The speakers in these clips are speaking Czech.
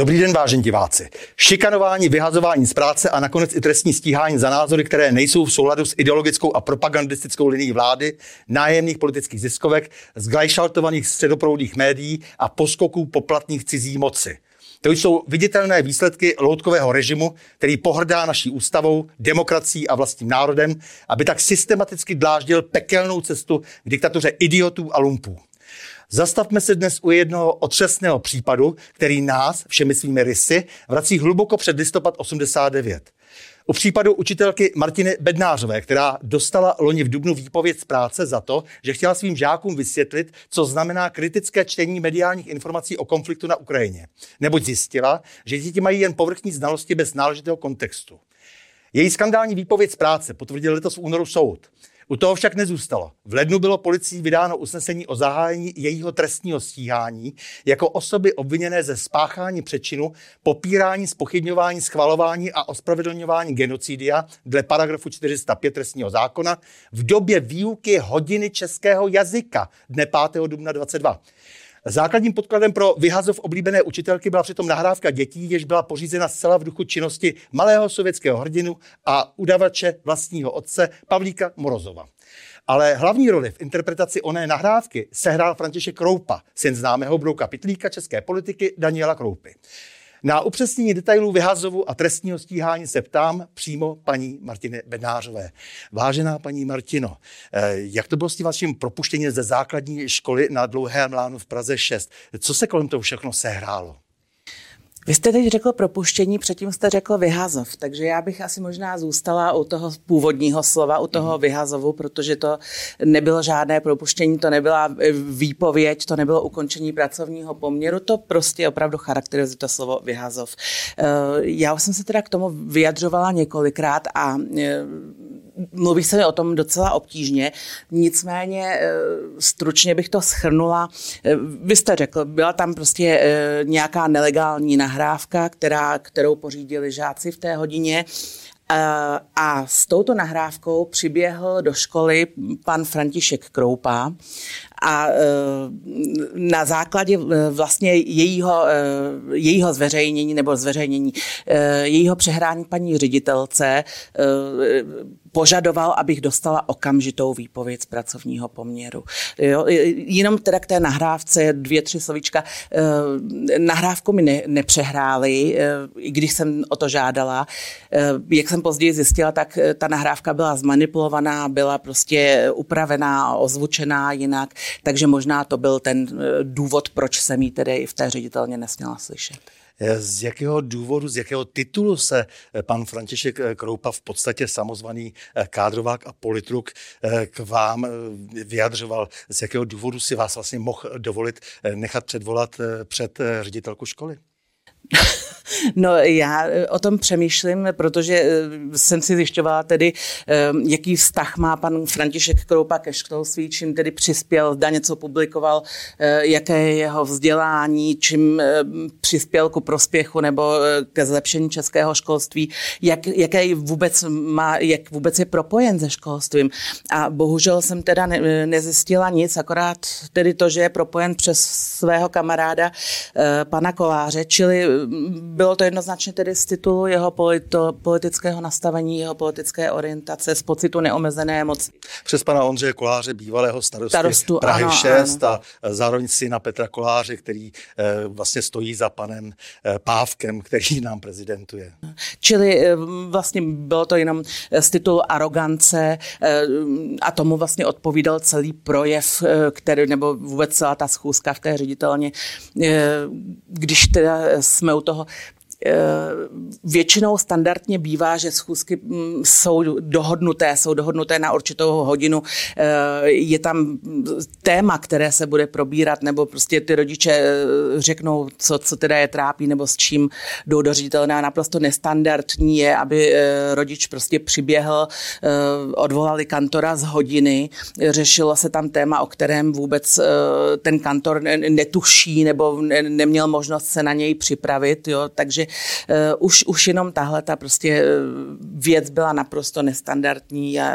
Dobrý den, vážení diváci. Šikanování, vyhazování z práce a nakonec i trestní stíhání za názory, které nejsou v souladu s ideologickou a propagandistickou linií vlády, nájemných politických ziskovek, zglajšaltovaných středoproudních médií a poskoků poplatných cizí moci. To jsou viditelné výsledky loutkového režimu, který pohrdá naší ústavou, demokracií a vlastním národem, aby tak systematicky dláždil pekelnou cestu k diktatuře idiotů a lumpů. Zastavme se dnes u jednoho otřesného případu, který nás, všemi svými rysy, vrací hluboko před listopad 89. U případu učitelky Martiny Bednářové, která dostala loni v dubnu výpověď z práce za to, že chtěla svým žákům vysvětlit, co znamená kritické čtení mediálních informací o konfliktu na Ukrajině. Neboť zjistila, že děti mají jen povrchní znalosti bez náležitého kontextu. Její skandální výpověď z práce potvrdil letos v únoru soud. U toho však nezůstalo. V lednu bylo policií vydáno usnesení o zahájení jejího trestního stíhání jako osoby obviněné ze spáchání přečinu, popírání, zpochybňování, schvalování a ospravedlňování genocidia dle paragrafu 405 trestního zákona v době výuky hodiny českého jazyka dne 5. dubna 22. Základním podkladem pro vyhazov oblíbené učitelky byla přitom nahrávka dětí, jež byla pořízena zcela v duchu činnosti malého sovětského hrdinu a udavače vlastního otce Pavlíka Morozova. Ale hlavní roli v interpretaci oné nahrávky sehrál František Kroupa, syn známého brouka Pytlíka české politiky Daniela Kroupy. Na upřesnění detailů vyhazovu a trestního stíhání se ptám přímo paní Martiny Bednářové. Vážená paní Martino, jak to bylo s tím vaším propuštěním ze základní školy na Dlouhém Mlánu v Praze 6? Co se kolem toho všechno sehrálo? Vy jste teď řekl propuštění, předtím jste řekl vyhazov, takže já bych asi možná zůstala u toho původního slova, u toho vyhazovu, protože to nebylo žádné propuštění, to nebyla výpověď, to nebylo ukončení pracovního poměru, to prostě opravdu charakterizuje to slovo vyhazov. Já už jsem se teda k tomu vyjadřovala několikrát a mluví se mi o tom docela obtížně, nicméně stručně bych to shrnula. Vy jste řekl, byla tam prostě nějaká nelegální nahrávka, kterou pořídili žáci v té hodině. A s touto nahrávkou přiběhl do školy pan František Kroupa a na základě vlastně jejího zveřejnění nebo zveřejnění jejího přehrání paní ředitelce požadoval, abych dostala okamžitou výpověď z pracovního poměru. Jo, jenom teda k té nahrávce 2-3 slovíčka. Nahrávku mi nepřehráli, i když jsem o to žádala. Jak jsem později zjistila, tak ta nahrávka byla zmanipulovaná, byla prostě upravená, ozvučená jinak, takže možná to byl ten důvod, proč jsem ji tedy v té ředitelně nesměla slyšet. Z jakého důvodu, z jakého titulu se pan František Kroupa, v podstatě samozvaný kádrovák a politruk, k vám vyjadřoval? Z jakého důvodu si vás vlastně mohl dovolit nechat předvolat před ředitelku školy? No já o tom přemýšlím, protože jsem si zjišťovala tedy, jaký vztah má pan František Kroupa ke školství, čím tedy přispěl, zda něco publikoval, jaké je jeho vzdělání, čím přispěl ku prospěchu nebo ke zlepšení českého školství, jak vůbec je propojen se školstvím. A bohužel jsem teda nezjistila nic, akorát tedy to, že je propojen přes svého kamaráda pana Koláře, čili bylo to jednoznačně tedy z titulu jeho politického nastavení, jeho politické orientace, z pocitu neomezené moci. Přes pana Ondřeje Koláře, bývalého starostu Prahy 6 a zároveň syna Petra Koláře, který vlastně stojí za panem Pávkem, který nám prezidentuje. Čili vlastně bylo to jenom z titulu arogance a tomu vlastně odpovídal celý projev, nebo vůbec celá ta schůzka v té ředitelně. Když teda jsme u toho, většinou standardně bývá, že schůzky jsou dohodnuté na určitou hodinu. Je tam téma, které se bude probírat, nebo prostě ty rodiče řeknou, co teda je trápí, nebo s čím jdou do ředitelné. A naprosto nestandardní je, aby rodič prostě přiběhl, odvolali kantora z hodiny, řešilo se tam téma, o kterém vůbec ten kantor netuší, nebo neměl možnost se na něj připravit, jo, takže už jenom tahle ta prostě věc byla naprosto nestandardní a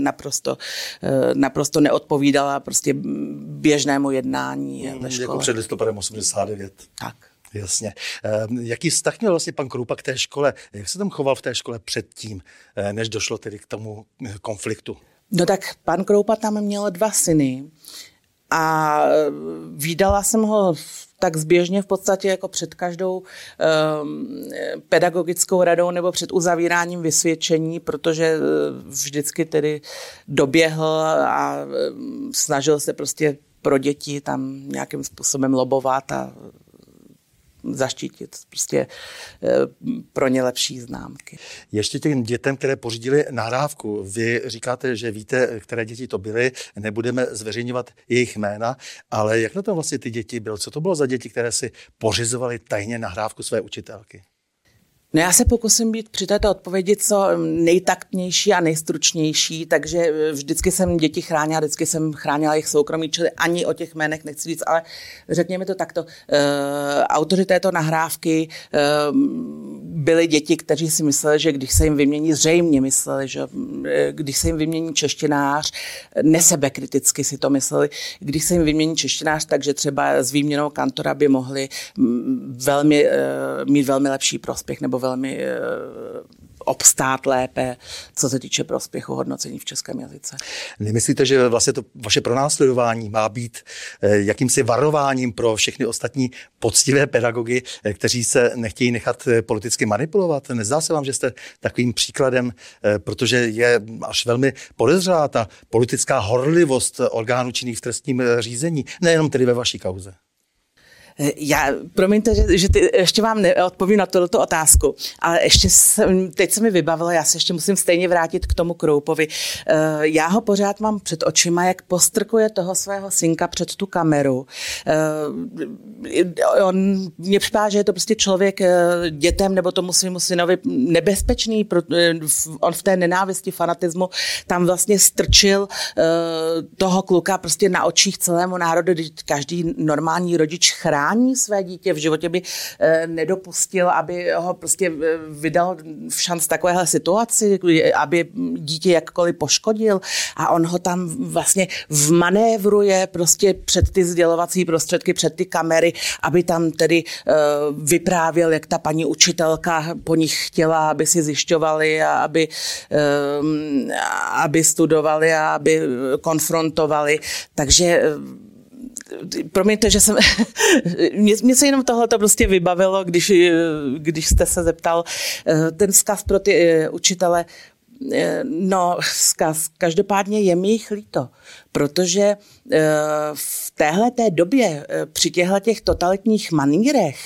naprosto neodpovídala prostě běžnému jednání ve škole. Jako před listopadem 89. Tak. Jasně. Jaký vztah měl vlastně pan Kroupa k té škole? Jak se tam choval v té škole předtím, než došlo tedy k tomu konfliktu? No tak pan Kroupa tam měl 2 syny a vídala jsem ho tak zběžně v podstatě jako před každou pedagogickou radou nebo před uzavíráním vysvědčení, protože vždycky tedy doběhl a snažil se prostě pro děti tam nějakým způsobem lobovat a zaštítit prostě pro ně lepší známky. Ještě těm dětem, které pořídili nahrávku, vy říkáte, že víte, které děti to byly, nebudeme zveřejňovat jejich jména, ale jak na tom vlastně ty děti byly? Co to bylo za děti, které si pořizovaly tajně nahrávku své učitelky? No já se pokusím být při této odpovědi co nejtaktnější a nejstručnější, takže vždycky jsem děti chránila, vždycky jsem chránila jejich soukromí, čili ani o těch jménech nechci říct, ale řekněme to takto. Autoři této nahrávky byli děti, kteří si mysleli, že když se jim vymění, zřejmě mysleli, že když se jim vymění češtinář, nesebekriticky si to mysleli, když se jim vymění češtinář, takže třeba s výměnou kantora by mohli mít velmi lepší prospěch nebo velmi obstát lépe, co se týče prospěchu hodnocení v českém jazyce. Nemyslíte, že vlastně to vaše pronásledování má být jakýmsi varováním pro všechny ostatní poctivé pedagogy, kteří se nechtějí nechat politicky manipulovat? Nezdá se vám, že jste takovým příkladem, protože je až velmi podezřelá ta politická horlivost orgánů činných v trestním řízení, nejenom tedy ve vaší kauze? Promiňte, že ještě vám neodpovím na tuto otázku, ale teď se mi vybavilo, já se ještě musím stejně vrátit k tomu Kroupovi. Já ho pořád mám před očima, jak postrkuje toho svého synka před tu kameru. On mě připadá, že je to prostě člověk dětem nebo tomu svému synovi nebezpečný. On v té nenávisti, fanatismu tam vlastně strčil toho kluka prostě na očích celému národu, když každý normální rodič chrání své dítě, v životě by nedopustil, aby ho prostě vydal v šanc takovéhle situaci, aby dítě jakkoliv poškodil a on ho tam vlastně vmanévruje prostě před ty sdělovací prostředky, před ty kamery, aby tam tedy vyprávěl, jak ta paní učitelka po nich chtěla, aby si zjišťovali a aby studovali a aby konfrontovali. Takže promiňte, že jsem... Mě se jenom tohleto prostě vybavilo, když jste se zeptal. Ten vzkaz pro ty učitele, no vzkaz, každopádně je mi jich líto, protože v téhleté době, při těch totalitních manýrech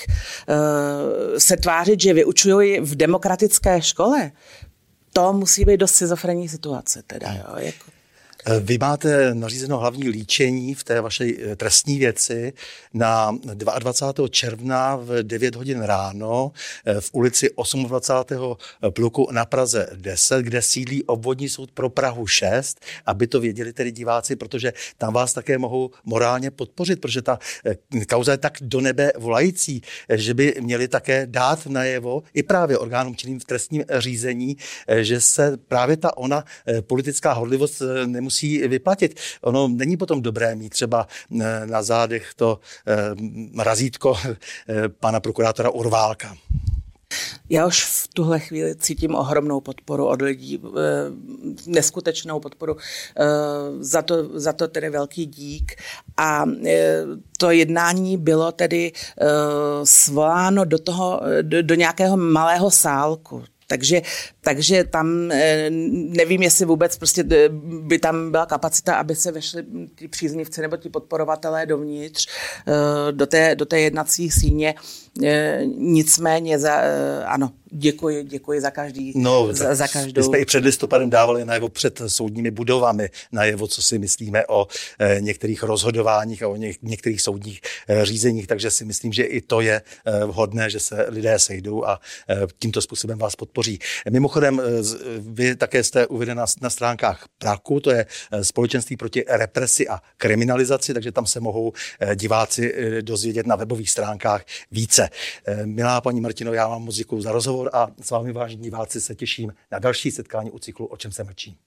se tvářit, že vyučují v demokratické škole, to musí být dost schizofrenní situace teda, jo, jako. Vy máte nařízeno hlavní líčení v té vaší trestní věci na 22. června v 9 hodin ráno v ulici 28. pluku na Praze 10, kde sídlí obvodní soud pro Prahu 6, aby to věděli tedy diváci, protože tam vás také mohou morálně podpořit, protože ta kauza je tak do nebe volající, že by měli také dát najevo i právě orgánům činným v trestním řízení, že se právě ta ona politická horlivost nemusí vyplatit. Ono není potom dobré mít třeba na zádech to razítko pana prokurátora Urválka. Já už v tuhle chvíli cítím ohromnou podporu od lidí, neskutečnou podporu, za to tedy velký dík. A to jednání bylo tedy svoláno do nějakého malého sálku. Takže tam nevím, jestli vůbec prostě by tam byla kapacita, aby se vešli ti příznivci nebo ti podporovatelé dovnitř do té jednací síně. Nicméně ano, děkuji za každý. No, za každou. My jsme i před listopadem dávali najevo před soudními budovami najevo, co si myslíme o některých rozhodováních a o některých soudních řízeních, takže si myslím, že i to je vhodné, že se lidé sejdou a tímto způsobem vás podpoří. Mimochodem, vy také jste uvedena na stránkách PRAKu, to je Společenství proti represi a kriminalizaci, takže tam se mohou diváci dozvědět na webových stránkách více. Milá paní Martino, já vám moc děkuju za rozhovor a s vámi, vážení diváci, se těším na další setkání u cyklu O čem se mlčí.